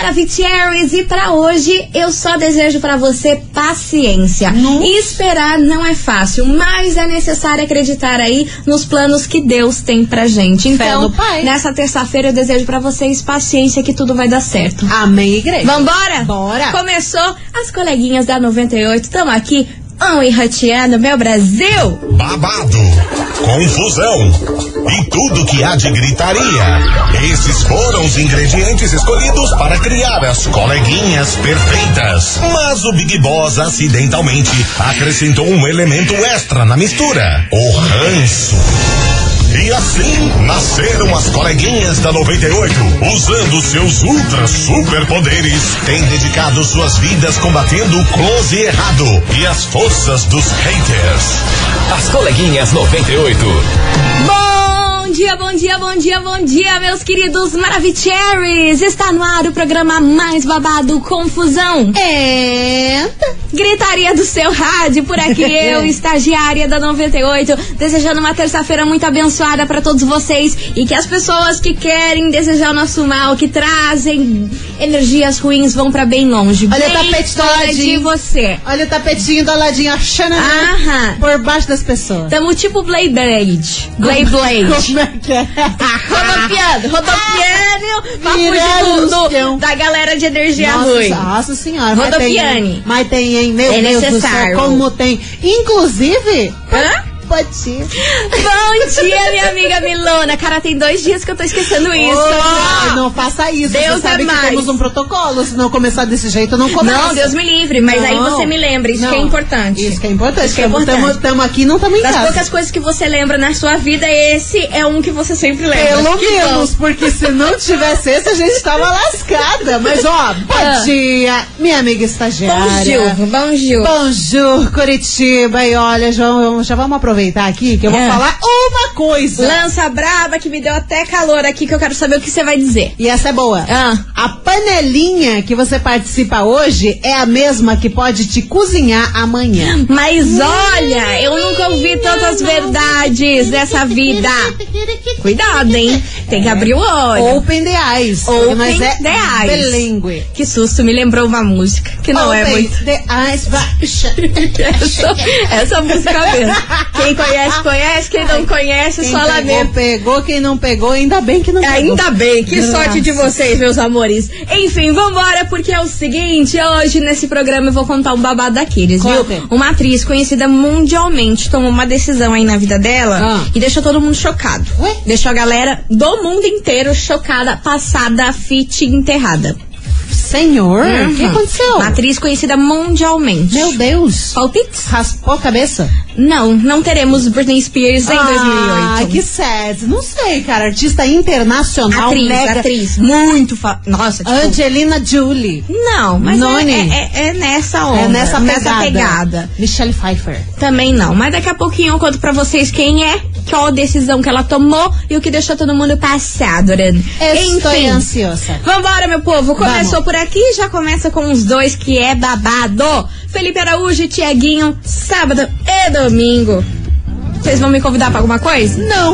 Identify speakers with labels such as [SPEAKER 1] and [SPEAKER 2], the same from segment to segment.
[SPEAKER 1] Maravicheries, e pra hoje eu só desejo pra você paciência. Esperar não é fácil, mas é necessário acreditar aí nos planos que Deus tem pra gente. Então, nessa terça-feira eu desejo pra vocês paciência, que tudo vai dar certo.
[SPEAKER 2] Amém, igreja.
[SPEAKER 1] Vambora?
[SPEAKER 2] Bora.
[SPEAKER 1] Começou as coleguinhas da 98, tamo aqui, enrateando meu Brasil.
[SPEAKER 3] Babado, confusão e tudo que há de gritaria. Esses foram os ingredientes escolhidos para criar as coleguinhas perfeitas. Mas o Big Boss acidentalmente acrescentou um elemento extra na mistura: o ranço. E assim nasceram as coleguinhas da 98, usando seus ultra superpoderes, têm dedicado suas vidas combatendo o close e errado e as forças dos haters.
[SPEAKER 4] As coleguinhas 98.
[SPEAKER 1] Bom dia, bom dia, bom dia, bom dia, meus queridos Maravicheries. Está no ar o programa mais babado, Confusão. Gritaria do seu rádio, por aqui eu, estagiária da 98, desejando uma terça-feira muito abençoada pra todos vocês, e que as pessoas que querem desejar o nosso mal, que trazem energias ruins, vão pra bem longe.
[SPEAKER 2] Olha
[SPEAKER 1] bem
[SPEAKER 2] o tapete do ladinho
[SPEAKER 1] de você.
[SPEAKER 2] Olha o tapetinho do ladinho, achando por baixo das pessoas.
[SPEAKER 1] Tamo tipo Blade.
[SPEAKER 2] Como é que é?
[SPEAKER 1] Rodopiano, papo da galera de energia ruim.
[SPEAKER 2] Nossa senhora.
[SPEAKER 1] Rodopiane.
[SPEAKER 2] Mas tem, hein? Meu
[SPEAKER 1] é
[SPEAKER 2] Deus
[SPEAKER 1] necessário.
[SPEAKER 2] do céu, como tem. Inclusive... Pode ser.
[SPEAKER 1] Bom dia, minha amiga Milona. Cara, tem 2 dias que eu tô esquecendo isso.
[SPEAKER 2] Não faça isso.
[SPEAKER 1] Deus
[SPEAKER 2] você sabe
[SPEAKER 1] é
[SPEAKER 2] que
[SPEAKER 1] mais.
[SPEAKER 2] temos um protocolo. Se não começar desse jeito, não começa.
[SPEAKER 1] Não, Deus me livre. Mas aí você me lembra. Isso que é importante.
[SPEAKER 2] Isso que é importante.
[SPEAKER 1] Isso que é importante.
[SPEAKER 2] Estamos aqui, não estamos em casa.
[SPEAKER 1] Das poucas coisas que você lembra na sua vida, esse é um que você sempre lembra.
[SPEAKER 2] Pelo menos, porque se não tivesse esse, a gente tava lascada. Mas, bom dia, minha amiga estagiária. Bonjour, Curitiba. E olha, já vamos aproveitar aqui que eu vou falar uma coisa.
[SPEAKER 1] Lança braba, que me deu até calor aqui, que eu quero saber o que você vai dizer.
[SPEAKER 2] E essa é boa. A panelinha que você participa hoje é a mesma que pode te cozinhar amanhã.
[SPEAKER 1] Mas olha, eu nunca ouvi tantas verdades dessa vida. Cuidado, hein? Tem que abrir o olho.
[SPEAKER 2] Open the eyes.
[SPEAKER 1] Open the eyes.
[SPEAKER 2] Bilingue.
[SPEAKER 1] Que susto, me lembrou uma música que não
[SPEAKER 2] Open
[SPEAKER 1] é muito.
[SPEAKER 2] the eyes.
[SPEAKER 1] essa música mesmo. Quem conhece, quem não conhece,
[SPEAKER 2] quem
[SPEAKER 1] só lá mesmo.
[SPEAKER 2] Pegou, quem não pegou, ainda bem que não pegou.
[SPEAKER 1] Ainda bem, que sorte de vocês, meus amores. Enfim, vambora, porque é o seguinte, hoje nesse programa eu vou contar um babado daqueles, viu? Uma atriz conhecida mundialmente tomou uma decisão aí na vida dela e deixou todo mundo chocado. Deixou a galera do mundo inteiro chocada, passada, fit, enterrada.
[SPEAKER 2] Senhor, o que aconteceu?
[SPEAKER 1] Uma atriz conhecida mundialmente.
[SPEAKER 2] Meu Deus.
[SPEAKER 1] Palpites?
[SPEAKER 2] Raspou a cabeça?
[SPEAKER 1] Não teremos Britney Spears em 2008.
[SPEAKER 2] Que sad. Não sei, cara. Artista internacional.
[SPEAKER 1] Atriz. Muito Nossa, tipo...
[SPEAKER 2] Angelina Jolie.
[SPEAKER 1] Não, mas é nessa onda.
[SPEAKER 2] É nessa
[SPEAKER 1] pegada.
[SPEAKER 2] Michelle Pfeiffer.
[SPEAKER 1] Também não. Mas daqui a pouquinho eu conto pra vocês quem é, qual a decisão que ela tomou e o que deixou todo mundo passado.
[SPEAKER 2] Estou ansiosa.
[SPEAKER 1] Vambora, meu povo. Começou por aqui, já começa com os dois que é babado. Felipe Araújo e Tiaguinho, sábado e domingo. Vocês vão me convidar pra alguma coisa?
[SPEAKER 2] Não.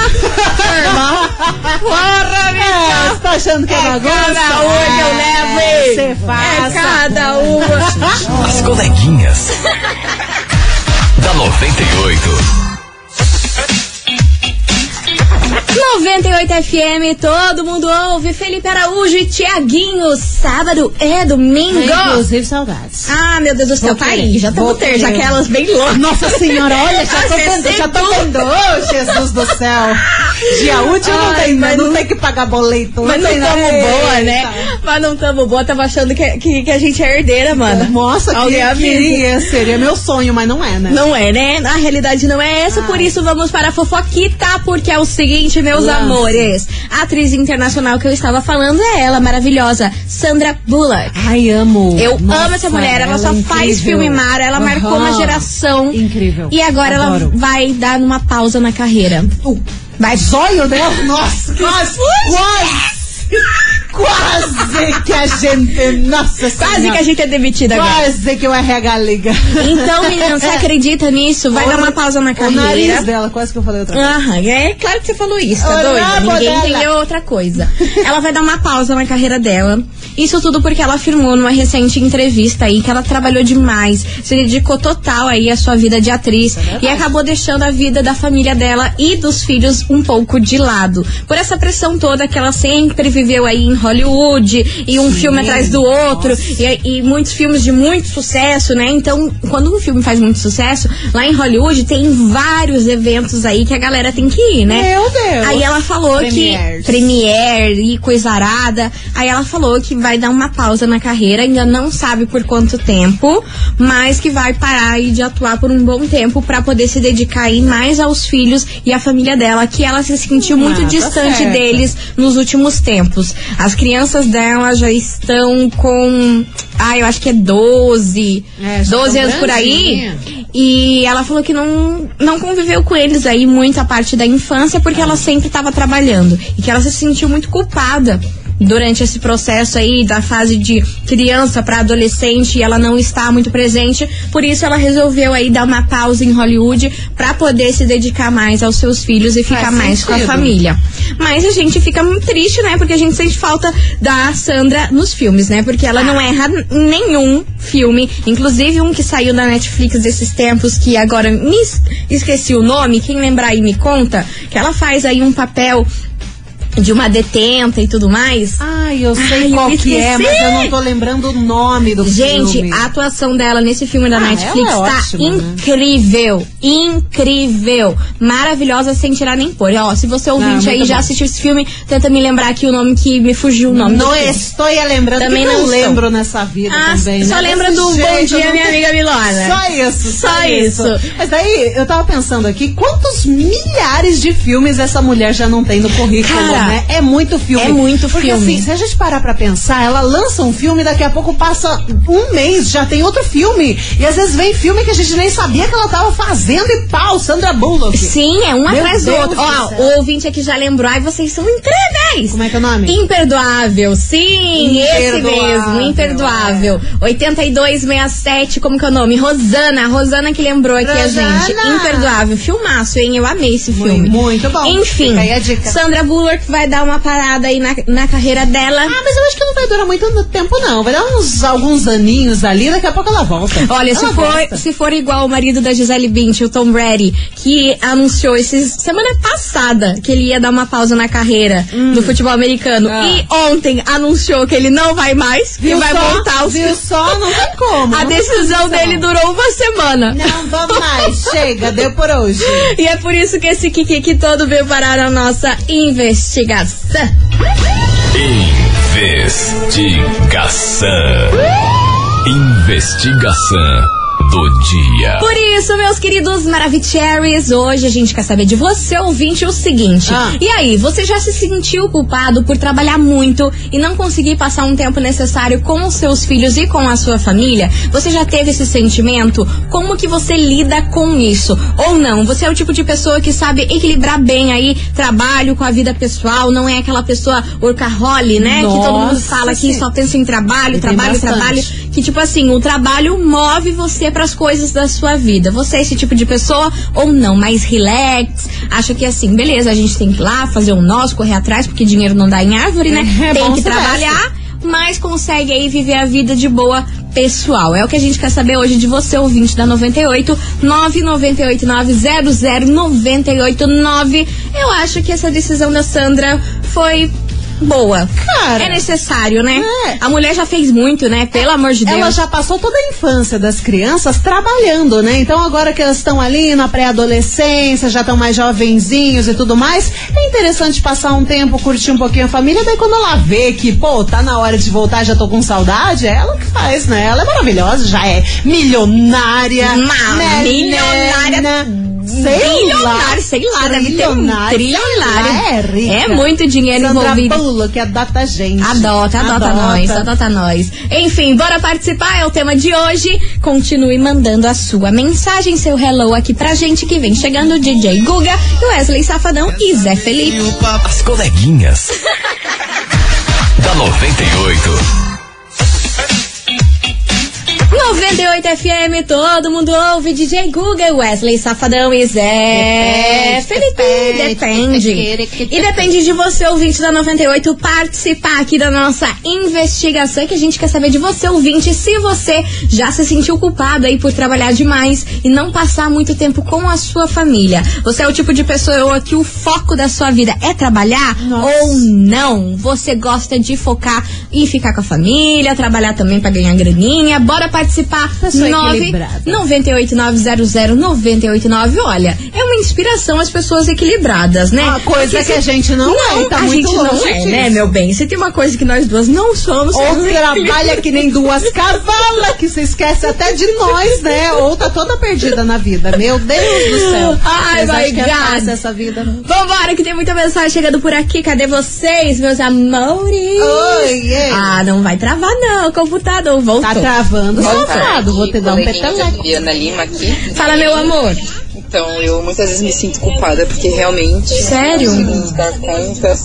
[SPEAKER 1] Porra, Michel!
[SPEAKER 2] Você tá achando que é bagunça?
[SPEAKER 1] Cada uma que eu levo,
[SPEAKER 2] você faz.
[SPEAKER 1] É cada uma.
[SPEAKER 4] As coleguinhas da 98.
[SPEAKER 1] 98 FM, todo mundo ouve. Felipe Araújo e Tiaguinho, sábado e domingo.
[SPEAKER 2] Inclusive saudades.
[SPEAKER 1] Meu Deus do céu, tá aí, já estamos já aquelas bem loucas.
[SPEAKER 2] Nossa senhora, olha, já tô vendo. Oh, Jesus do céu. Dia útil não tem que pagar boleto.
[SPEAKER 1] Mas não tamo boa, né? Mas não tamo boa, tava achando que a gente é herdeira, mano.
[SPEAKER 2] Nossa, seria meu sonho, mas não é, né?
[SPEAKER 1] Não é, né? A realidade não é essa, por isso vamos para a fofoquita, porque é o seguinte, meus amores. A atriz internacional que eu estava falando é ela, maravilhosa, Sandra Bullock.
[SPEAKER 2] Ai, amo.
[SPEAKER 1] Eu amo essa mulher, ela só faz filme mar, ela marcou uma geração.
[SPEAKER 2] Incrível.
[SPEAKER 1] E agora ela vai dar uma pausa na carreira.
[SPEAKER 2] Vai zóio dela? Nossa, quase. Quase que a gente... Nossa senhora.
[SPEAKER 1] Quase que a gente é demitida agora.
[SPEAKER 2] Quase que o RH liga.
[SPEAKER 1] Então, menina, você acredita nisso? Vai dar uma pausa na carreira.
[SPEAKER 2] O nariz dela, quase que eu falei outra coisa.
[SPEAKER 1] É claro que você falou isso, tá doida? Ninguém entendeu outra coisa. Ela vai dar uma pausa na carreira dela. Isso tudo porque ela afirmou numa recente entrevista aí que ela trabalhou demais, se dedicou total aí à sua vida de atriz e acabou deixando a vida da família dela e dos filhos um pouco de lado. Por essa pressão toda que ela sempre viveu aí em Hollywood e um filme atrás do outro e muitos filmes de muito sucesso, né? Então, quando um filme faz muito sucesso, lá em Hollywood tem vários eventos aí que a galera tem que ir, né?
[SPEAKER 2] Meu Deus!
[SPEAKER 1] Aí ela falou que Premiere e coisa arada. Aí ela falou que vai dar uma pausa na carreira, ainda não sabe por quanto tempo, mas que vai parar aí de atuar por um bom tempo pra poder se dedicar aí mais aos filhos e à família dela, que ela se sentiu muito distante deles nos últimos tempos. As crianças dela já estão com, eu acho que é 12 anos por aí. E ela falou que não conviveu com eles aí muita parte da infância porque ela sempre estava trabalhando e que ela se sentiu muito culpada durante esse processo aí da fase de criança para adolescente e ela não está muito presente, por isso ela resolveu aí dar uma pausa em Hollywood para poder se dedicar mais aos seus filhos e ficar mais com a família. Mas a gente fica muito triste, né, porque a gente sente falta da Sandra nos filmes, né, porque ela não erra nenhum filme, inclusive um que saiu da Netflix desses tempos, que agora me esqueci o nome, quem lembrar aí me conta, que ela faz aí um papel de uma detenta e tudo mais.
[SPEAKER 2] Eu sei qual que é, mas eu não tô lembrando o nome do filme.
[SPEAKER 1] Gente, a atuação dela nesse filme da Netflix tá incrível, né? Incrível, maravilhosa, sem tirar nem pôr. Ó, se você ouvinte aí já assistiu esse filme, tenta me lembrar aqui o nome que me fugiu o nome.
[SPEAKER 2] Não estou lembrando, também não lembro nessa vida também.
[SPEAKER 1] Só lembra do Bom Dia, Minha Amiga Milona.
[SPEAKER 2] Só isso. Mas daí, eu tava pensando aqui, quantos milhares de filmes essa mulher já não tem no currículo? Cara, né? É muito filme.
[SPEAKER 1] É muito
[SPEAKER 2] Porque,
[SPEAKER 1] filme.
[SPEAKER 2] Assim, se a gente parar pra pensar, ela lança um filme e daqui a pouco passa um mês, já tem outro filme. E às vezes vem filme que a gente nem sabia que ela tava fazendo e pau, Sandra Bullock.
[SPEAKER 1] Sim, é um atrás do outro. Ó, o ouvinte aqui já lembrou, vocês são incríveis.
[SPEAKER 2] Como é que é o nome?
[SPEAKER 1] Imperdoável, sim, esse mesmo, Imperdoável. 8267, como que é o nome? Rosana que lembrou aqui a gente. Imperdoável, filmaço, hein? Eu amei esse filme.
[SPEAKER 2] Muito bom.
[SPEAKER 1] Enfim,
[SPEAKER 2] fica aí a dica.
[SPEAKER 1] Sandra Bullock vai dar uma parada aí na carreira dela.
[SPEAKER 2] Mas eu acho que não vai durar muito tempo, não. Vai dar alguns aninhos ali, daqui a pouco ela volta.
[SPEAKER 1] Olha, se for igual o marido da Gisele Bündchen, o Tom Brady, que anunciou semana passada que ele ia dar uma pausa na carreira do futebol americano e ontem anunciou que ele não vai mais, que vai voltar.
[SPEAKER 2] Viu só? Não tem como.
[SPEAKER 1] A decisão dele durou uma semana.
[SPEAKER 2] Não, vamos mais. Chega, deu por hoje.
[SPEAKER 1] E é por isso que esse Kiki todo veio parar a nossa investigação.
[SPEAKER 4] Investigação do dia.
[SPEAKER 1] Por isso, meus queridos Maravicheries, hoje a gente quer saber de você, ouvinte, o seguinte. E aí, você já se sentiu culpado por trabalhar muito e não conseguir passar um tempo necessário com os seus filhos e com a sua família? Você já teve esse sentimento? Como que você lida com isso? Ou não? Você é o tipo de pessoa que sabe equilibrar bem aí trabalho com a vida pessoal, não é aquela pessoa workaholic, né?
[SPEAKER 2] Nossa,
[SPEAKER 1] que todo mundo fala que só pensa em trabalho. Que tipo assim, o trabalho move você para as coisas da sua vida. Você é esse tipo de pessoa ou não? Mais relax, acha que assim, beleza, a gente tem que ir lá fazer um nosso, correr atrás, porque dinheiro não dá em árvore, né? Tem que trabalhar, mas consegue aí viver a vida de boa pessoal. É o que a gente quer saber hoje de você, ouvinte da 98, 998900989. Eu acho que essa decisão da Sandra foi boa. Cara, é necessário, né? A mulher já fez muito, né? Pelo amor de Deus.
[SPEAKER 2] Ela já passou toda a infância das crianças trabalhando, né? Então agora que elas estão ali na pré-adolescência, já estão mais jovenzinhos e tudo mais, é interessante passar um tempo, curtir um pouquinho a família, daí quando ela vê que, tá na hora de voltar, já tô com saudade, é ela que faz, né? Ela é maravilhosa, já é milionária.
[SPEAKER 1] Milionária. Sei lá, deve ter trilionária.
[SPEAKER 2] É rica.
[SPEAKER 1] É muito dinheiro
[SPEAKER 2] Sandra
[SPEAKER 1] envolvido.
[SPEAKER 2] Bullock, que adota a gente.
[SPEAKER 1] Adota nós. Enfim, bora participar, é o tema de hoje. Continue mandando a sua mensagem, seu hello aqui pra gente, que vem chegando o DJ Guga, Wesley Safadão e Zé Felipe.
[SPEAKER 4] As coleguinhas. Da da 98.
[SPEAKER 1] 98 FM, todo mundo ouve. DJ Google, Wesley Safadão e Zé Felipe. Depende. E depende de você, ouvinte da 98, participar aqui da nossa investigação, que a gente quer saber de você, ouvinte, se você já se sentiu culpado aí por trabalhar demais e não passar muito tempo com a sua família. Você é o tipo de pessoa que o foco da sua vida é trabalhar ou não? Você gosta de focar e ficar com a família, trabalhar também pra ganhar graninha? Bora participar. 998900989. Olha, é uma inspiração as pessoas equilibradas, né?
[SPEAKER 2] Uma coisa que a gente não é, tá muito longe disso,
[SPEAKER 1] né, meu bem? Se tem uma coisa que nós duas não somos...
[SPEAKER 2] Ou trabalha que nem duas cavalas, que você esquece até de nós, né? Ou tá toda perdida na vida. Meu Deus do céu.
[SPEAKER 1] Ai, vai
[SPEAKER 2] God. Essa vida.
[SPEAKER 1] Vambora, que tem muita mensagem chegando por aqui. Cadê vocês, meus amores?
[SPEAKER 2] Oi,
[SPEAKER 1] não vai travar não, o computador voltou.
[SPEAKER 2] Tá travando. Vou te dar um peteleco.
[SPEAKER 5] Juliana Lima aqui.
[SPEAKER 1] Fala, meu amor.
[SPEAKER 5] Então, eu muitas vezes me sinto culpada, porque realmente...
[SPEAKER 1] Sério?
[SPEAKER 5] Eu não consigo dar conta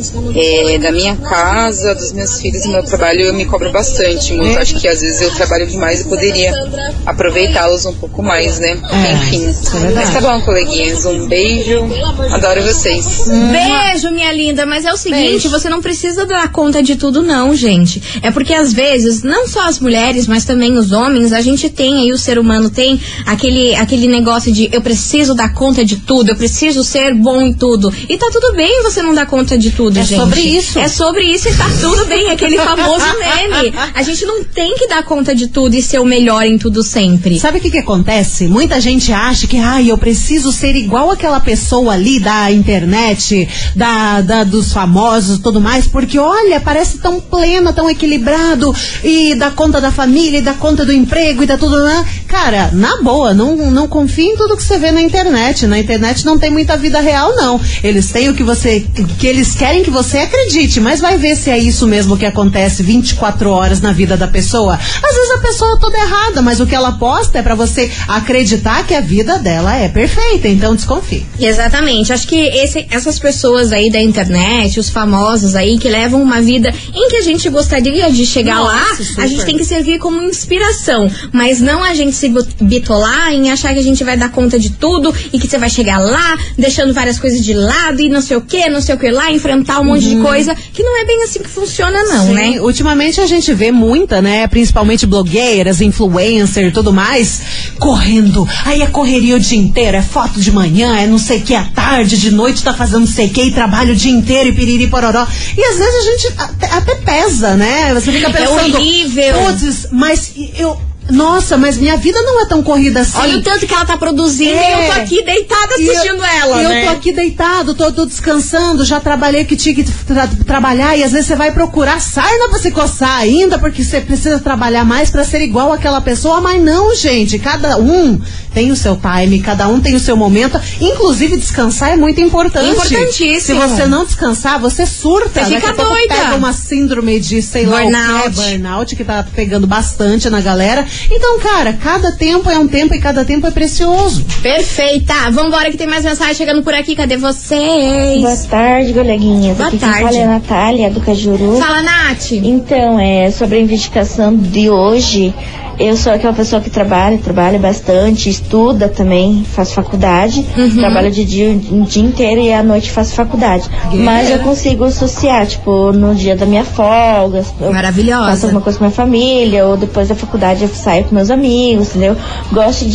[SPEAKER 5] da minha casa, dos meus filhos e meu trabalho, eu me cobro bastante. Muito. Acho que às vezes eu trabalho demais e poderia aproveitá-los um pouco mais, né? Enfim. Mas tá bom, coleguinhas. Um beijo. Adoro vocês.
[SPEAKER 1] Beijo, minha linda. Mas é o seguinte, você não precisa dar conta de tudo, não, gente. É porque às vezes, não só as mulheres, mas também os homens, a gente tem aí, o ser humano tem aquele negócio de eu preciso dar conta de tudo, eu preciso ser bom em tudo. E tá tudo bem você não dar conta de tudo, gente. É sobre isso e tá tudo bem, aquele famoso meme. A gente não tem que dar conta de tudo e ser o melhor em tudo sempre.
[SPEAKER 2] Sabe o que acontece? Muita gente acha que, eu preciso ser igual aquela pessoa ali da internet, dos famosos e tudo mais, porque olha, parece tão pleno, tão equilibrado, e dá conta da família, e dá conta do emprego, e dá tudo, né? Cara, na boa, não confie em tudo que você vê na internet. Na internet não tem muita vida real, não. Eles têm o que eles querem que você acredite, mas vai ver se é isso mesmo que acontece 24 horas na vida da pessoa. Às vezes a pessoa é toda errada, mas o que ela posta é pra você acreditar que a vida dela é perfeita, então desconfie.
[SPEAKER 1] Exatamente. Acho que essas pessoas aí da internet, os famosos aí, que levam uma vida em que a gente gostaria de chegar lá, super. A gente tem que servir como inspiração, mas não a gente se bitolar em achar que a gente vai dar conta de tudo e que você vai chegar lá, deixando várias coisas de lado e não sei o que lá, enfrentar um monte de coisa, que não é bem assim que funciona, não, né?
[SPEAKER 2] Ultimamente a gente vê muita, né, principalmente blogueiras, influencer e tudo mais, correndo. Aí é correria o dia inteiro, é foto de manhã, é não sei o que à tarde, de noite tá fazendo não sei o que e trabalha o dia inteiro e piriri pororó. E às vezes a gente até pesa, né? Você fica pensando,
[SPEAKER 1] é horrível.
[SPEAKER 2] Putz, mas nossa, mas minha vida não é tão corrida assim.
[SPEAKER 1] Olha o tanto que ela tá produzindo e eu tô aqui deitada assistindo ela, né?
[SPEAKER 2] Eu tô aqui deitado, tô descansando, já trabalhei o que tinha que trabalhar, e às vezes você vai procurar sarna pra se coçar ainda, porque você precisa trabalhar mais pra ser igual àquela pessoa, mas não, gente, cada um tem o seu time, cada um tem o seu momento, inclusive descansar é muito importante.
[SPEAKER 1] Importantíssimo.
[SPEAKER 2] Se você não descansar, você surta.
[SPEAKER 1] Você fica doida.
[SPEAKER 2] Pega uma síndrome de, sei lá, burnout, que tá pegando bastante na galera. Então, cara, cada tempo é um tempo e cada tempo é precioso.
[SPEAKER 1] Perfeita. Vambora que tem mais mensagem chegando por aqui. Cadê vocês?
[SPEAKER 6] Boa tarde, coleguinhas.
[SPEAKER 1] Boa
[SPEAKER 6] aqui
[SPEAKER 1] tarde.
[SPEAKER 6] Quem fala é a Natália, do Cajuru.
[SPEAKER 1] Fala, Nath.
[SPEAKER 6] Então, sobre a investigação de hoje, eu sou aquela pessoa que trabalha bastante, estuda também, faço faculdade, trabalho de dia inteiro e à noite faço faculdade. Mas eu consigo associar, tipo, no dia da minha folga,
[SPEAKER 1] maravilhosa,
[SPEAKER 6] faço alguma coisa com a minha família, ou depois da faculdade eu saio com meus amigos, entendeu? Gosto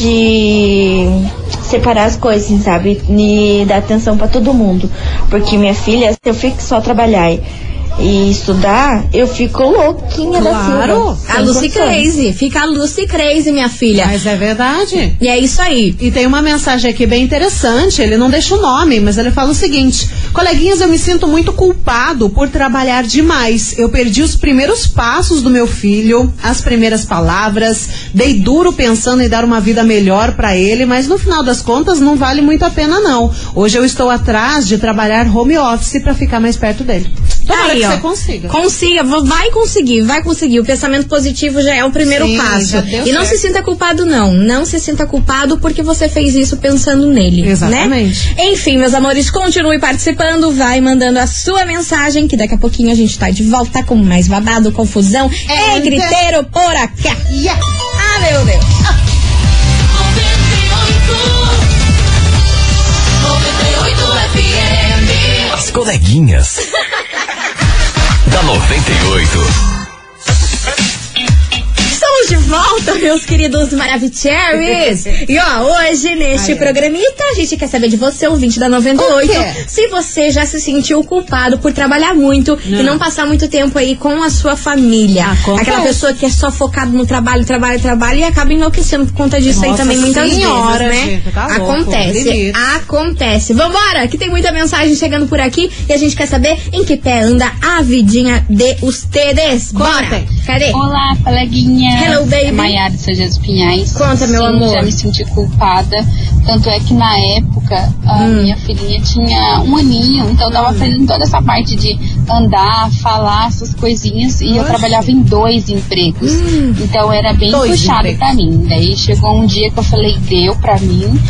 [SPEAKER 6] de separar as coisas, assim, sabe? E dar atenção pra todo mundo. Porque minha filha, se eu fico só trabalhar e estudar, eu fico louquinha da Silva.
[SPEAKER 1] A Lucy Crazy. Fica a Lucy Crazy, minha filha.
[SPEAKER 2] Mas é verdade.
[SPEAKER 1] E é isso aí.
[SPEAKER 2] E tem uma mensagem aqui bem interessante. Ele não deixa o nome, mas ele fala o seguinte: coleguinhas, eu me sinto muito culpado por trabalhar demais. Eu perdi os primeiros passos do meu filho, as primeiras palavras, dei duro pensando em dar uma vida melhor pra ele, mas no final das contas não vale muito a pena, não. Hoje eu estou atrás de trabalhar home office pra ficar mais perto dele. Tomara que você consiga.
[SPEAKER 1] Vai conseguir. O pensamento positivo já é o primeiro passo. E não se sinta culpado, não. Não se sinta culpado porque você fez isso pensando nele.
[SPEAKER 2] Exatamente.
[SPEAKER 1] Né? Enfim, meus amores, continue participando. Vai mandando a sua mensagem, que daqui a pouquinho a gente tá de volta com mais babado, confusão e griteiro por aqui.
[SPEAKER 2] Yeah.
[SPEAKER 1] Ah, meu Deus.
[SPEAKER 4] 98 FM. As coleguinhas da 98.
[SPEAKER 1] Estamos de volta, meus queridos Maravicheries. E hoje, neste programita, a gente quer saber de você, ouvinte da 98, se você já se sentiu culpado por trabalhar muito e não passar muito tempo aí com a sua família. Aquela pessoa que é só focada no trabalho e acaba enlouquecendo por conta disso. Nossa, aí também muitas vezes, né?
[SPEAKER 2] Gente, tá
[SPEAKER 1] Acontece. Vambora, que tem muita mensagem chegando por aqui e a gente quer saber em que pé anda a vidinha de ustedes. Bora! Cadê?
[SPEAKER 7] Olá, coleguinha.
[SPEAKER 1] Hello, baby.
[SPEAKER 7] É Maiara de São Jesus Pinhais.
[SPEAKER 1] Conta, meu amor.
[SPEAKER 7] Já me senti culpada. Tanto é que na época a minha filhinha tinha 1 aninho, então eu tava fazendo toda essa parte de andar, falar, essas coisinhas, e eu trabalhava em 2 empregos. Então era bem puxado pra mim. Daí chegou um dia que eu falei, deu pra mim,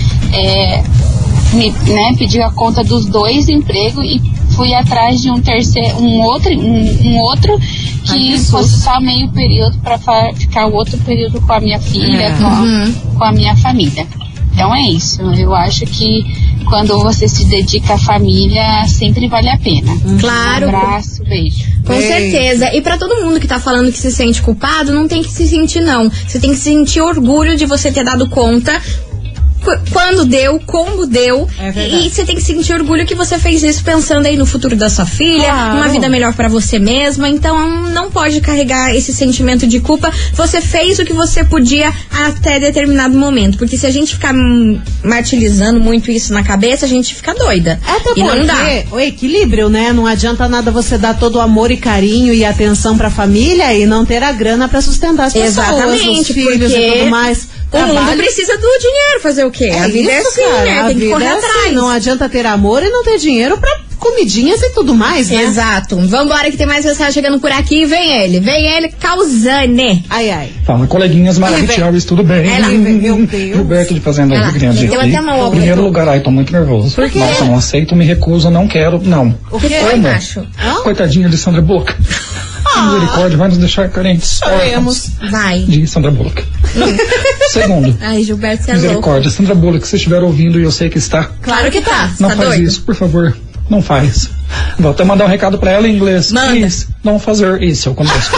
[SPEAKER 7] pedi a conta dos 2 empregos e fui atrás de um outro que fosse só meio período para ficar o outro período com a minha filha, com a minha família. Então é isso. Eu acho que quando você se dedica à família, sempre vale a pena.
[SPEAKER 1] Claro.
[SPEAKER 7] Um abraço, beijo.
[SPEAKER 1] Com certeza. E pra todo mundo que tá falando que se sente culpado, não tem que se sentir, não. Você tem que sentir orgulho de você ter dado conta quando deu, como deu. E você tem que sentir orgulho que você fez isso pensando aí no futuro da sua filha, uma vida melhor pra você mesma. Então não pode carregar esse sentimento de culpa. Você fez o que você podia até determinado momento, porque se a gente ficar martirizando muito isso na cabeça, a gente fica doida.
[SPEAKER 2] Até
[SPEAKER 1] e não dá.
[SPEAKER 2] O equilíbrio, né? Não adianta nada você dar todo o amor e carinho e atenção pra família e não ter a grana pra sustentar as pessoas, os filhos e tudo mais.
[SPEAKER 1] O mundo precisa do dinheiro, fazer o quê? A vida é assim,
[SPEAKER 2] cara,
[SPEAKER 1] né? Tem que correr atrás.
[SPEAKER 2] Assim, não adianta ter amor e não ter dinheiro pra comidinhas e tudo mais, né?
[SPEAKER 1] Exato. Vambora que tem mais mensagem chegando por aqui. Vem ele, Causane.
[SPEAKER 2] Ai.
[SPEAKER 8] Fala, coleguinhas maravilhosas, tudo bem?
[SPEAKER 2] Meu Deus.
[SPEAKER 8] Gilberto de Fazenda Rio Grande. Em primeiro lugar, tô muito nervoso.
[SPEAKER 1] Por quê?
[SPEAKER 8] Nossa, não aceito, me recuso, não quero, não.
[SPEAKER 1] O que foi, macho?
[SPEAKER 8] Coitadinha de Sandra Bullock. Misericórdia, vai nos deixar carentes.
[SPEAKER 2] Sabemos.
[SPEAKER 1] Vai.
[SPEAKER 8] De Sandra Bullock. Segundo.
[SPEAKER 1] Ai, Gilberto, você é
[SPEAKER 8] misericórdia,
[SPEAKER 1] louco.
[SPEAKER 8] Sandra Bullock, se estiver ouvindo e eu sei que está.
[SPEAKER 1] Claro que tá.
[SPEAKER 8] Não
[SPEAKER 1] tá
[SPEAKER 8] faz
[SPEAKER 1] doido?
[SPEAKER 8] isso, por favor. Não faz. Vou até mandar um recado pra ela em inglês.
[SPEAKER 1] Manda.
[SPEAKER 8] Please, não fazer isso, eu conosco.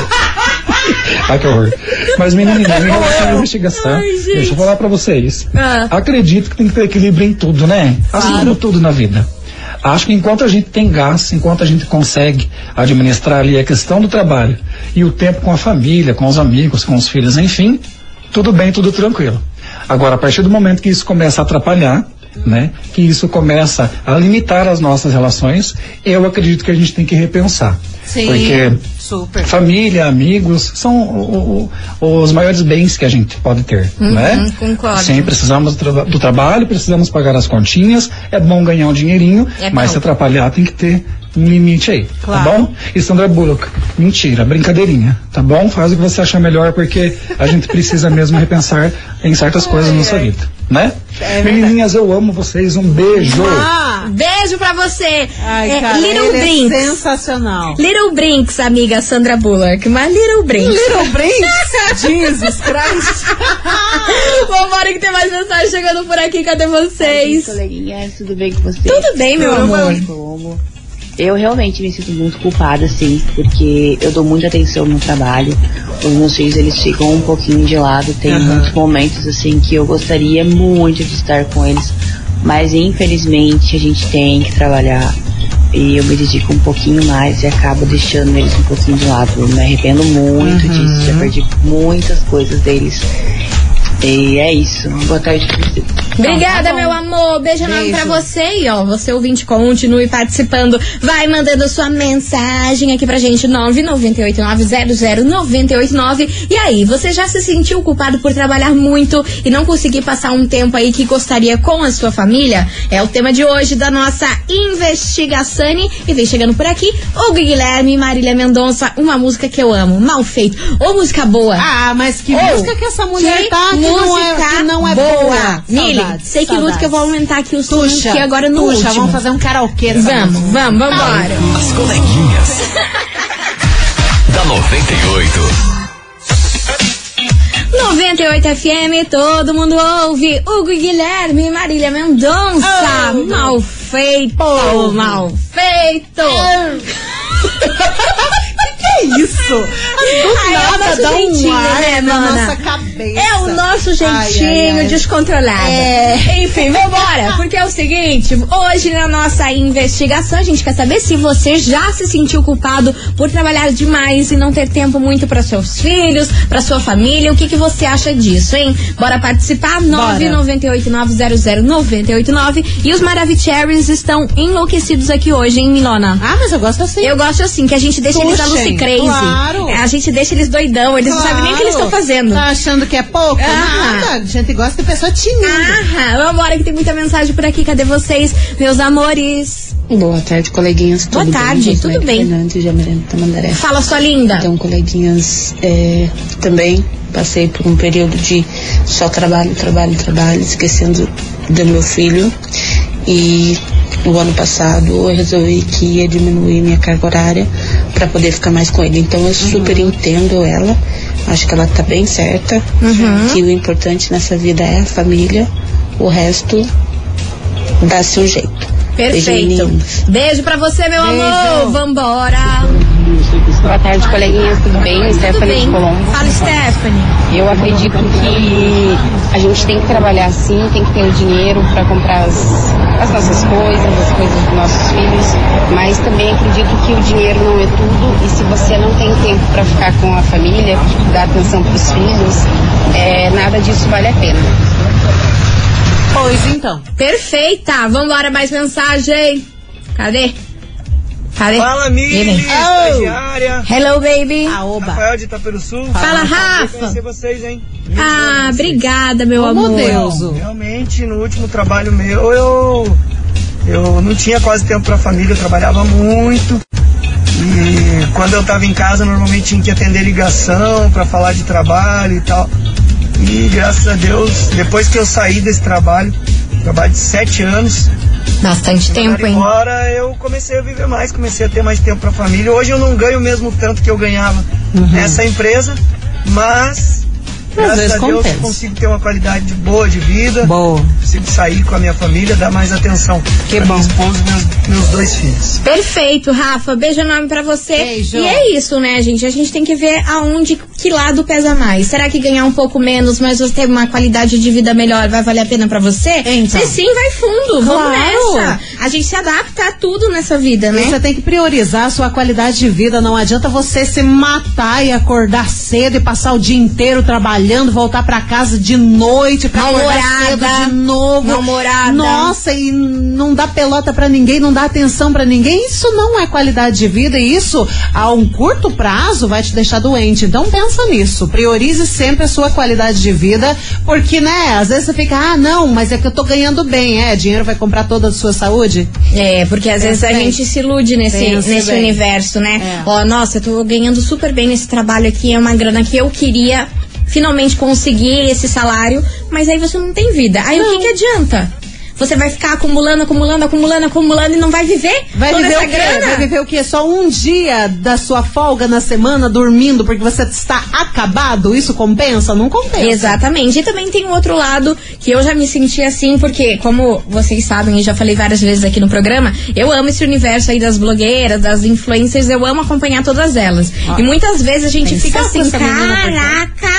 [SPEAKER 8] Ai, que horror. Mas, menininha, em relação à investigação, deixa eu falar pra vocês. Acredito que tem que ter equilíbrio em tudo, né? Assim como tudo na vida. Acho que enquanto a gente tem gás, enquanto a gente consegue administrar ali a questão do trabalho e o tempo com a família, com os amigos, com os filhos, enfim, tudo bem, tudo tranquilo. Agora, a partir do momento que isso começa a atrapalhar, né, que isso começa a limitar as nossas relações, eu acredito que a gente tem que repensar.
[SPEAKER 2] Sim,
[SPEAKER 8] porque
[SPEAKER 2] super.
[SPEAKER 8] Família, amigos são os maiores bens que a gente pode ter, né?
[SPEAKER 1] Concordo.
[SPEAKER 8] Sim, precisamos do trabalho, precisamos pagar as continhas, é bom ganhar um dinheirinho, mas se atrapalhar tem que ter um limite aí,
[SPEAKER 2] claro.
[SPEAKER 8] Tá bom? E Sandra Bullock, mentira, brincadeirinha, tá bom? Faz o que você achar melhor, porque a gente precisa mesmo repensar em certas coisas na nossa vida, né? Menininhas, eu amo vocês, um beijo!
[SPEAKER 1] Beijo pra você!
[SPEAKER 2] Ai, cara,
[SPEAKER 1] Little Brinks.
[SPEAKER 2] Sensacional.
[SPEAKER 1] Little Brinks, amiga Sandra Bullock, mas Little Brinks.
[SPEAKER 2] Little Brinks? Jesus Christ!
[SPEAKER 1] Vambora que tem mais mensagem chegando por aqui, cadê vocês?
[SPEAKER 9] Oi, coleguinhas, tudo bem com vocês?
[SPEAKER 1] Tudo bem, meu amor.
[SPEAKER 9] Eu realmente me sinto muito culpada, sim, porque eu dou muita atenção no trabalho. Os meus filhos, eles ficam um pouquinho de lado. Tem muitos momentos, assim, que eu gostaria muito de estar com eles, mas infelizmente a gente tem que trabalhar e eu me dedico um pouquinho mais e acabo deixando eles um pouquinho de lado. Eu me arrependo muito disso, já perdi muitas coisas deles E é isso. Boa tarde pra você.
[SPEAKER 1] Obrigada, meu amor. Beijo enorme pra você. E ó, você ouvinte, continue participando. Vai mandando sua mensagem aqui pra gente, 998900989. E aí, você já se sentiu culpado por trabalhar muito e não conseguir passar um tempo aí que gostaria com a sua família? É o tema de hoje da nossa investigação. E vem chegando por aqui o Guilherme e Marília Mendonça, uma música que eu amo, Mal Feito. Ô, música boa.
[SPEAKER 2] Ah, mas que música que essa mulher tá, que não é boa.
[SPEAKER 1] Mili, sei que luta que eu vou aumentar aqui o som aqui agora no último.
[SPEAKER 2] Vamos fazer um karaokê.
[SPEAKER 1] Vamos embora.
[SPEAKER 4] As coleguinhas da 98.
[SPEAKER 1] 98 FM, todo mundo ouve. Hugo Guilherme e Marília Mendonça. Mal feito, mal feito.
[SPEAKER 2] Que é isso? Do nada dá um ar, né, na nossa cabeça.
[SPEAKER 1] É o nosso jeitinho descontrolado. Enfim, vambora. Porque é o seguinte, hoje na nossa investigação a gente quer saber se você já se sentiu culpado por trabalhar demais e não ter tempo muito para seus filhos, para sua família. O que você acha disso, hein? Bora participar. 998900989. E os Maravicheries estão enlouquecidos aqui hoje, hein, Milona?
[SPEAKER 2] Ah, mas eu gosto assim.
[SPEAKER 1] Eu gosto assim, que a gente deixa eles a Lucy Crazy.
[SPEAKER 2] Claro.
[SPEAKER 1] A gente deixa eles doidão, eles não sabem nem o que eles estão fazendo.
[SPEAKER 2] Tá achando que é pouco? Nada. A gente gosta de pessoa tímida.
[SPEAKER 1] Vambora que tem muita mensagem por aqui. Cadê vocês, meus amores?
[SPEAKER 10] Boa tarde, coleguinhas.
[SPEAKER 1] Boa tarde, tudo bem?
[SPEAKER 10] Fernandes, Jamirante Tamandaré.
[SPEAKER 1] Fala, sua linda.
[SPEAKER 10] Então, coleguinhas, também passei por um período de só trabalho, esquecendo do meu filho. E no ano passado eu resolvi que ia diminuir minha carga horária para poder ficar mais com ele. Então eu super entendo ela, acho que ela tá bem certa, que o importante nessa vida é a família, o resto dá-se um jeito.
[SPEAKER 1] Perfeito. Beijo pra você, meu amor. Vambora.
[SPEAKER 10] Boa tarde, coleguinhas, tudo bem?
[SPEAKER 1] Stephanie de Colombo. Fala, Stephanie.
[SPEAKER 10] Eu acredito que a gente tem que trabalhar sim, tem que ter o dinheiro para comprar as nossas coisas, as coisas dos nossos filhos, mas também acredito que o dinheiro não é tudo, e se você não tem tempo para ficar com a família, dar atenção para os filhos, nada disso vale a pena.
[SPEAKER 2] Pois então.
[SPEAKER 1] Perfeita. Vambora, mais mensagem. Cadê?
[SPEAKER 11] Fala, Mili, estagiária.
[SPEAKER 1] Hello, baby.
[SPEAKER 11] Rafael de Itaperuçu.
[SPEAKER 1] Fala, Rafa.
[SPEAKER 11] Conhecer vocês, hein?
[SPEAKER 1] Obrigada, meu amor.
[SPEAKER 11] Realmente, no último trabalho meu, eu não tinha quase tempo pra família, eu trabalhava muito. E quando eu tava em casa, normalmente tinha que atender ligação pra falar de trabalho e tal. E graças a Deus, depois que eu saí desse trabalho de 7 anos,
[SPEAKER 1] bastante tempo, hein?
[SPEAKER 11] Agora eu comecei a viver mais, comecei a ter mais tempo pra família. Hoje eu não ganho o mesmo tanto que eu ganhava nessa empresa, mas graças a Deus eu consigo ter uma qualidade boa de vida. Consigo sair com a minha família, dar mais atenção pra minha esposa e meus 2 filhos.
[SPEAKER 1] Perfeito, Rafa. Beijo enorme pra você.
[SPEAKER 2] Beijo.
[SPEAKER 1] E é isso, né, gente? A gente tem que ver que lado pesa mais. Será que ganhar um pouco menos, mas você ter uma qualidade de vida melhor, vai valer a pena pra você?
[SPEAKER 2] Então.
[SPEAKER 1] Se sim, vai fundo. Vamos nessa. A gente se adapta a tudo nessa vida, né?
[SPEAKER 2] Você tem que priorizar a sua qualidade de vida. Não adianta você se matar e acordar cedo e passar o dia inteiro trabalhando, voltar pra casa de noite pra acordar cedo de novo.
[SPEAKER 1] Namorada.
[SPEAKER 2] Nossa, e não dá pelota pra ninguém, não dá atenção pra ninguém. Isso não é qualidade de vida, e isso a um curto prazo vai te deixar doente. Então pensa nisso, priorize sempre a sua qualidade de vida, porque, né, às vezes você fica, não, mas é que eu tô ganhando bem, dinheiro vai comprar toda a sua saúde?
[SPEAKER 1] Porque às vezes a gente se ilude nesse universo, né? Nossa, eu tô ganhando super bem nesse trabalho aqui, é uma grana que eu queria finalmente conseguir esse salário, mas aí você não tem vida. Aí o que adianta? Você vai ficar acumulando e não vai viver?
[SPEAKER 2] Vai viver o quê? Vai viver o quê? Só um dia da sua folga na semana dormindo porque você está acabado? Isso compensa? Não compensa.
[SPEAKER 1] Exatamente. E também tem um outro lado que eu já me senti assim, porque como vocês sabem, e já falei várias vezes aqui no programa, eu amo esse universo aí das blogueiras, das influencers, eu amo acompanhar todas elas. E muitas vezes a gente fica assim, caraca,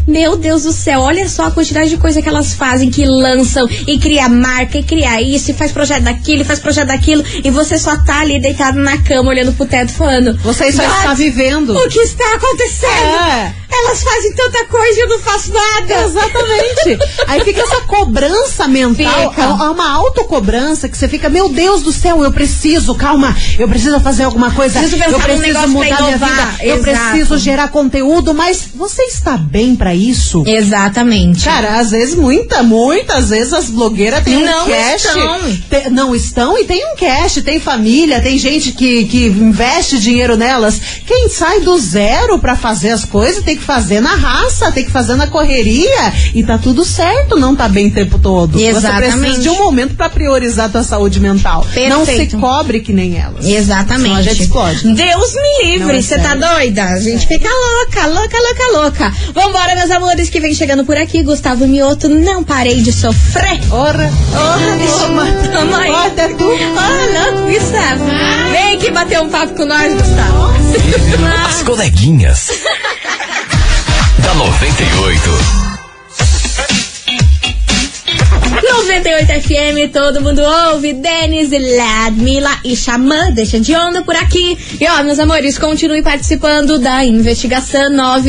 [SPEAKER 1] Meu Deus do céu, olha só a quantidade de coisa que elas fazem, que lançam e cria marca, e cria isso, e faz projeto daquilo, e faz projeto daquilo, e você só tá ali deitado na cama, olhando pro teto, falando,
[SPEAKER 2] você só está vivendo.
[SPEAKER 1] O que está acontecendo? Elas fazem tanta coisa e eu não faço nada.
[SPEAKER 2] Exatamente. Aí fica essa cobrança mental, é uma autocobrança que você fica, meu Deus do céu, eu preciso fazer alguma coisa, eu preciso mudar minha vida, eu preciso gerar conteúdo, mas você está bem pra isso?
[SPEAKER 1] Exatamente.
[SPEAKER 2] Cara, às vezes, muitas vezes as blogueiras têm um cash. Não estão e tem um cash, tem família, tem gente que investe dinheiro nelas. Quem sai do zero pra fazer as coisas tem que fazer na raça, tem que fazer na correria e tá tudo certo, não tá bem o tempo todo.
[SPEAKER 1] Exatamente.
[SPEAKER 2] Você precisa de um momento pra priorizar a tua saúde mental.
[SPEAKER 1] Perfeito.
[SPEAKER 2] Não se cobre que nem elas.
[SPEAKER 1] Exatamente.
[SPEAKER 2] Senão a gente explode.
[SPEAKER 1] Deus me livre, você tá doida? A gente fica louca. Vambora, meus amores, que vem chegando por aqui. Gustavo Mioto, não parei de sofrer.
[SPEAKER 2] Ora,
[SPEAKER 1] tamo aí.
[SPEAKER 2] Até tu.
[SPEAKER 1] Louco, Gustavo. Vem aqui bater um papo com nós, Gustavo.
[SPEAKER 4] As coleguinhas da 98.
[SPEAKER 1] 98 FM, todo mundo ouve. Denis, Ladmila e Xamã, deixa de onda por aqui. E ó, meus amores, continue participando da investigação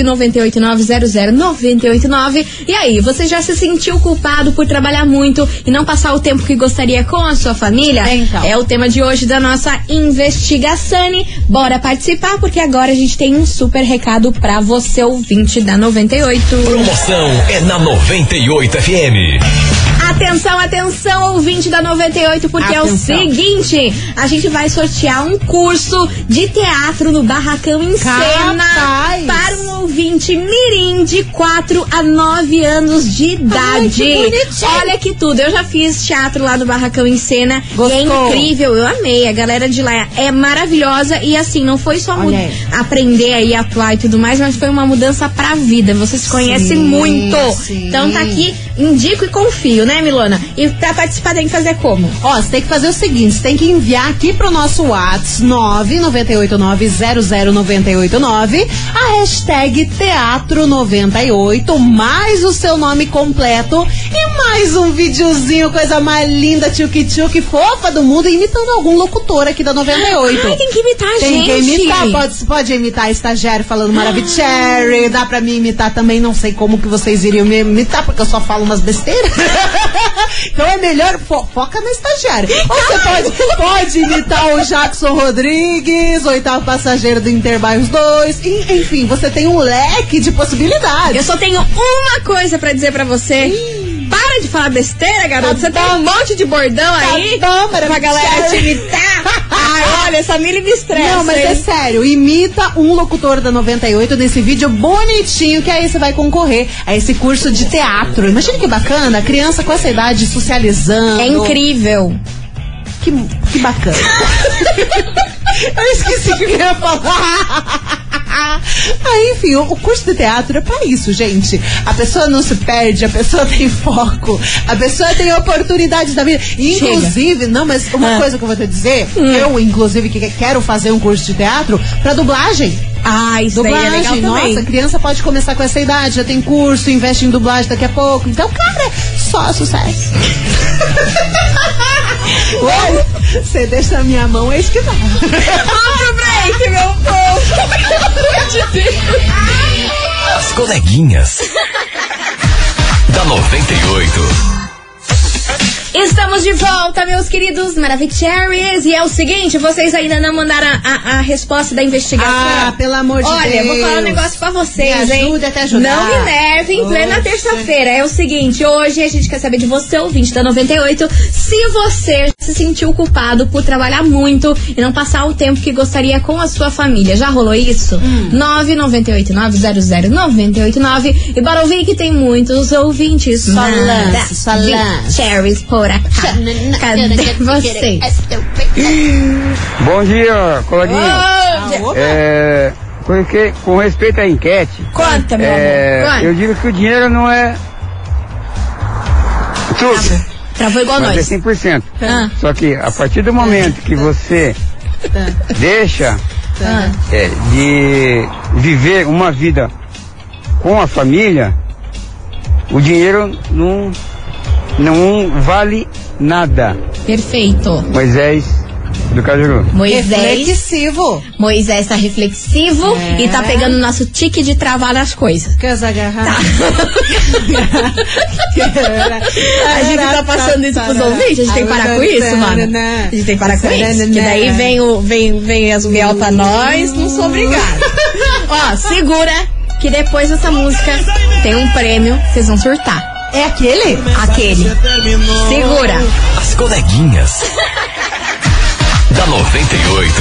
[SPEAKER 1] 998900989. E aí, você já se sentiu culpado por trabalhar muito e não passar o tempo que gostaria com a sua família?
[SPEAKER 2] Então.
[SPEAKER 1] É o tema de hoje da nossa investigação. Bora participar, porque agora a gente tem um super recado pra você, ouvinte da 98.
[SPEAKER 4] Promoção é na 98 FM.
[SPEAKER 1] Atenção, ouvinte da 98, porque é o seguinte, a gente vai sortear um curso de teatro no Barracão em Cena para um ouvinte mirim de 4 a 9 anos de idade.
[SPEAKER 2] Ai,
[SPEAKER 1] olha que tudo, eu já fiz teatro lá no Barracão em Cena.
[SPEAKER 2] Gostou?
[SPEAKER 1] E é incrível, eu amei, a galera de lá é maravilhosa e assim, não foi só aprender aí, atuar e tudo mais, mas foi uma mudança pra vida, você se conhece muito.
[SPEAKER 2] Sim.
[SPEAKER 1] Então tá aqui, indico e confio, né, Milona? E pra participar tem que fazer como?
[SPEAKER 2] Ó, você tem que fazer o seguinte, você tem que enviar aqui pro nosso WhatsApp 998900989 a hashtag Teatro98 mais o seu nome completo e mais um videozinho, coisa mais linda, tchuki-tchuki, fofa do mundo, imitando algum locutor aqui da 98.
[SPEAKER 1] Ai, tem que imitar a gente.
[SPEAKER 2] Tem que imitar, pode imitar estagiário falando Maravicherry, dá pra mim imitar também, não sei como que vocês iriam me imitar, porque eu só falo umas besteiras. Então é melhor, foca na estagiária. Ou você pode imitar o Jackson Rodrigues, oitavo passageiro do Interbairros 2, enfim, você tem um leque de possibilidades.
[SPEAKER 1] Eu só tenho uma coisa pra dizer pra você. Para de falar besteira, garoto. Você tem um monte de bordão aí pra galera te imitar. Ai, olha, essa Mili me estressa.
[SPEAKER 2] Não, mas é sério, imita um locutor da 98 nesse vídeo bonitinho, que aí você vai concorrer a esse curso de teatro. Imagina que bacana, a criança com essa idade socializando.
[SPEAKER 1] É incrível.
[SPEAKER 2] Que bacana. Eu esqueci o que eu ia falar. Enfim, o curso de teatro é pra isso, gente. A pessoa não se perde, a pessoa tem foco, a pessoa tem oportunidades da vida. Inclusive, não, mas uma coisa que eu vou te dizer, eu, inclusive, que quero fazer um curso de teatro pra dublagem.
[SPEAKER 1] Ah, isso dublagem, daí é legal também.
[SPEAKER 2] Nossa, a criança pode começar com essa idade, já tem curso, investe em dublagem daqui a pouco. Então, cara, só sucesso. Você deixa a minha mão, é isso que dá.
[SPEAKER 1] Vamos pro break, meu povo.
[SPEAKER 4] As coleguinhas da 98.
[SPEAKER 1] Estamos de volta, meus queridos Maravicheries. E é o seguinte, vocês ainda não mandaram a resposta da investigação.
[SPEAKER 2] Ah, pelo amor de Deus.
[SPEAKER 1] Olha, eu vou falar um negócio pra vocês,
[SPEAKER 2] me ajuda,
[SPEAKER 1] hein?
[SPEAKER 2] Até ajudar.
[SPEAKER 1] Não me nervem em plena terça-feira. É o seguinte, hoje a gente quer saber de você, ouvinte da 98, se você se sentiu culpado por trabalhar muito e não passar o tempo que gostaria com a sua família. Já rolou isso? 998900989. E bora ouvir que tem muitos ouvintes.
[SPEAKER 2] Só lance.
[SPEAKER 1] Cherries por acá. Cadê você?
[SPEAKER 12] Bom dia, coleguinha. Com respeito à enquete.
[SPEAKER 1] Conta, meu amor.
[SPEAKER 12] Eu digo que o dinheiro não é tudo.
[SPEAKER 1] Travou igual
[SPEAKER 12] mas
[SPEAKER 1] nós.
[SPEAKER 12] É 100%. Só que a partir do momento que você deixa de viver uma vida com a família, o dinheiro não vale nada.
[SPEAKER 1] Perfeito.
[SPEAKER 12] Moisés do Cajuru.
[SPEAKER 1] Moisés tá reflexivo e tá pegando o nosso tique de travar nas coisas.
[SPEAKER 2] Quer agarrar?
[SPEAKER 1] Tá. A gente tá passando isso pros ouvintes, a gente tem que parar com isso, mano. A gente tem que parar com isso. Que daí vem as guial pra nós, não sou obrigada. Ó, segura que depois dessa música tem um prêmio, vocês vão surtar.
[SPEAKER 2] É aquele?
[SPEAKER 1] Aquele. Segura.
[SPEAKER 4] As coleguinhas. Da 98.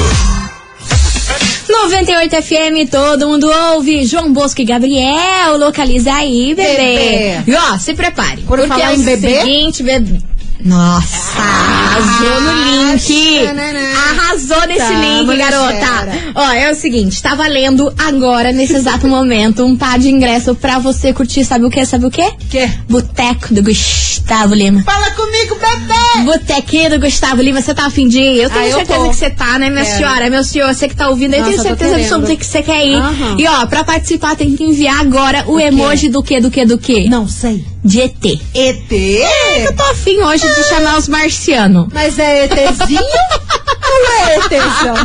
[SPEAKER 1] 98 FM, todo mundo ouve. João Bosco e Gabriel, localiza aí, bebê. E ó, se prepare.
[SPEAKER 2] Porque falar
[SPEAKER 1] é o seguinte, bebê. Nossa, arrasou no link. Arrasou nesse link, garota. Ó, é o seguinte, tá valendo agora, nesse exato momento, um par de ingresso pra você curtir, sabe o quê?
[SPEAKER 2] Que?
[SPEAKER 1] Boteco do Gustavo Lima.
[SPEAKER 2] Fala comigo, bebê!
[SPEAKER 1] Botequinho do Gustavo Lima, você tá a fim de ir? Eu tenho certeza que você tá, né, minha senhora? Meu senhor, você que tá ouvindo, eu tenho certeza absoluta que você quer ir. E ó, pra participar tem que enviar agora o emoji do quê?
[SPEAKER 2] Não sei.
[SPEAKER 1] De ET.
[SPEAKER 2] ET?
[SPEAKER 1] Eu tô afim hoje de chamar os marcianos.
[SPEAKER 2] Mas é ETzinho ou é ETzão?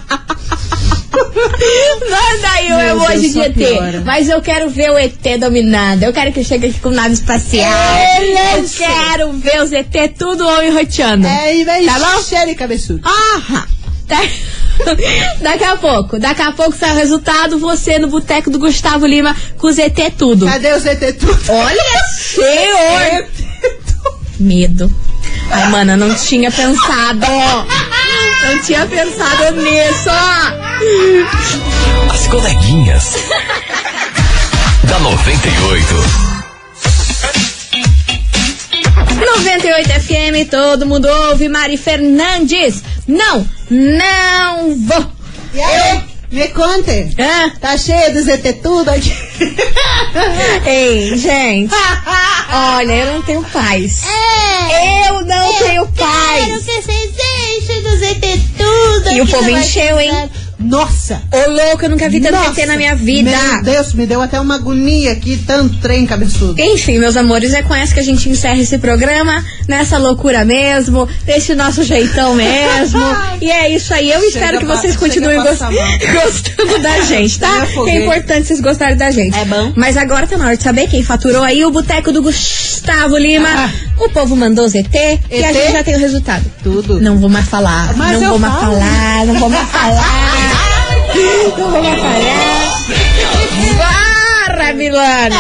[SPEAKER 1] Manda aí o emoji de ET.
[SPEAKER 2] Piora.
[SPEAKER 1] Mas eu quero ver o ET dominado. Eu quero que chegue aqui com nave espacial. Eu quero ver os ET tudo homem roteando.
[SPEAKER 2] Tá bom? Cheiro e cabeçudo.
[SPEAKER 1] Daqui a pouco sai o resultado, você no boteco do Gustavo Lima com os ET tudo.
[SPEAKER 2] Cadê os ET tudo?
[SPEAKER 1] Olha, senhor! Medo. Ai, mana, não tinha pensado. Não tinha pensado nisso.
[SPEAKER 4] As coleguinhas. Da 98.
[SPEAKER 1] 98 FM, todo mundo ouve. Mari Fernandes. Não vou.
[SPEAKER 2] E aí? Me conte. Tá cheio dos ET tudo aqui.
[SPEAKER 1] Ei, gente. Olha, eu não tenho paz. Eu não tenho paz.
[SPEAKER 2] Quero que vocês enchem dos ET tudo.
[SPEAKER 1] E o povo encheu, hein?
[SPEAKER 2] Nossa!
[SPEAKER 1] Ô, louco, eu nunca vi tanto ET na minha vida.
[SPEAKER 2] Meu Deus, me deu até uma agonia aqui, tanto trem cabeçudo.
[SPEAKER 1] Enfim, meus amores, é com essa que a gente encerra esse programa, nessa loucura mesmo, desse nosso jeitão mesmo. E é isso aí, eu espero que vocês continuem gostando da gente, tá? É importante vocês gostarem da gente.
[SPEAKER 2] É bom.
[SPEAKER 1] Mas agora tá na hora de saber quem faturou aí o boteco do Gustavo Lima. O povo mandou os ET e a gente já tem o resultado.
[SPEAKER 2] Tudo.
[SPEAKER 1] Não vou mais falar. Não vou mais falar. Não vou mais falar. Barra, Milana.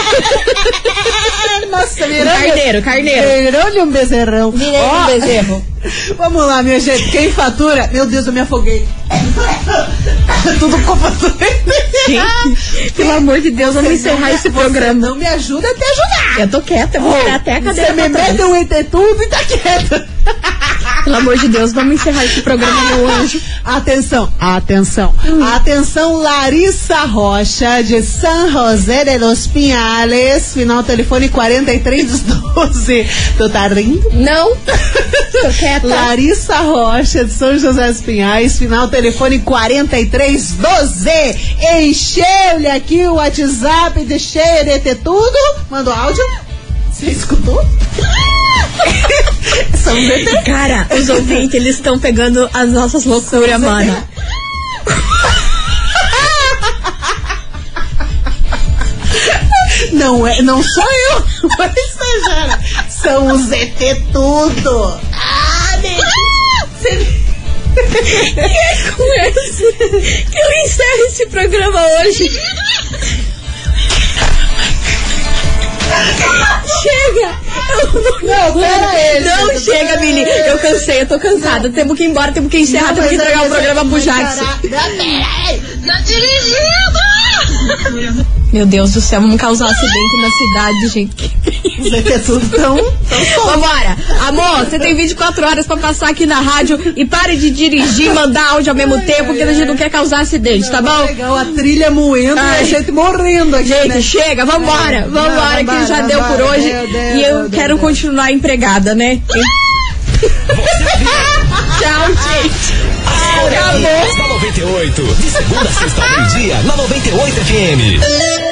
[SPEAKER 2] Nossa,
[SPEAKER 1] Carneiro.
[SPEAKER 2] Virou-lhe um bezerrão.
[SPEAKER 1] Um bezerro.
[SPEAKER 2] Vamos lá, minha gente. Quem fatura? Meu Deus, eu me afoguei. Tudo culpa do
[SPEAKER 1] Gente, pelo amor de Deus, vamos encerrar esse programa.
[SPEAKER 2] Não me ajuda a te ajudar.
[SPEAKER 1] Eu tô quieta, eu vou tirar até a cadeira.
[SPEAKER 2] Você me mete um ET tudo e tá quieta.
[SPEAKER 1] Pelo amor de Deus, vamos encerrar esse programa, meu anjo.
[SPEAKER 2] Atenção. Atenção, Larissa Rocha, de San José de los Pinhales, final telefone 4312. Tu tá rindo?
[SPEAKER 1] Não. Tô quieta.
[SPEAKER 2] Larissa Rocha, de São José dos Pinhais, final telefone 4312. Encheu-lhe aqui o WhatsApp de cheio de ET tudo. Mandou áudio. Você escutou? São ET.
[SPEAKER 1] Cara, os ouvintes, eles estão pegando as nossas loucuras, mana.
[SPEAKER 2] Não sou eu, mas estagiária. São os ET tudo.
[SPEAKER 1] E é com esse que eu encerro esse programa hoje. Chega! Não chega, Billy. Eu cansei, eu tô cansada. Temos que ir embora, temos que encerrar, temos que entregar o programa pro Jackson.
[SPEAKER 2] Tá dirigindo!
[SPEAKER 1] Meu Deus do céu, vamos causar acidente na cidade, gente.
[SPEAKER 2] Os ET tudo tão
[SPEAKER 1] vambora. Amor, você tem 24 horas pra passar aqui na rádio e pare de dirigir e mandar áudio ao mesmo tempo, porque a gente não quer causar acidente, tá bom?
[SPEAKER 2] Legal, a trilha moendo e a gente morrendo aqui.
[SPEAKER 1] Gente, chega, vambora, que já deu por hoje. E eu quero continuar empregada, né? Tchau, gente.
[SPEAKER 4] Acabou. 98. De segunda a sexta ao meio-dia, na 98 FM.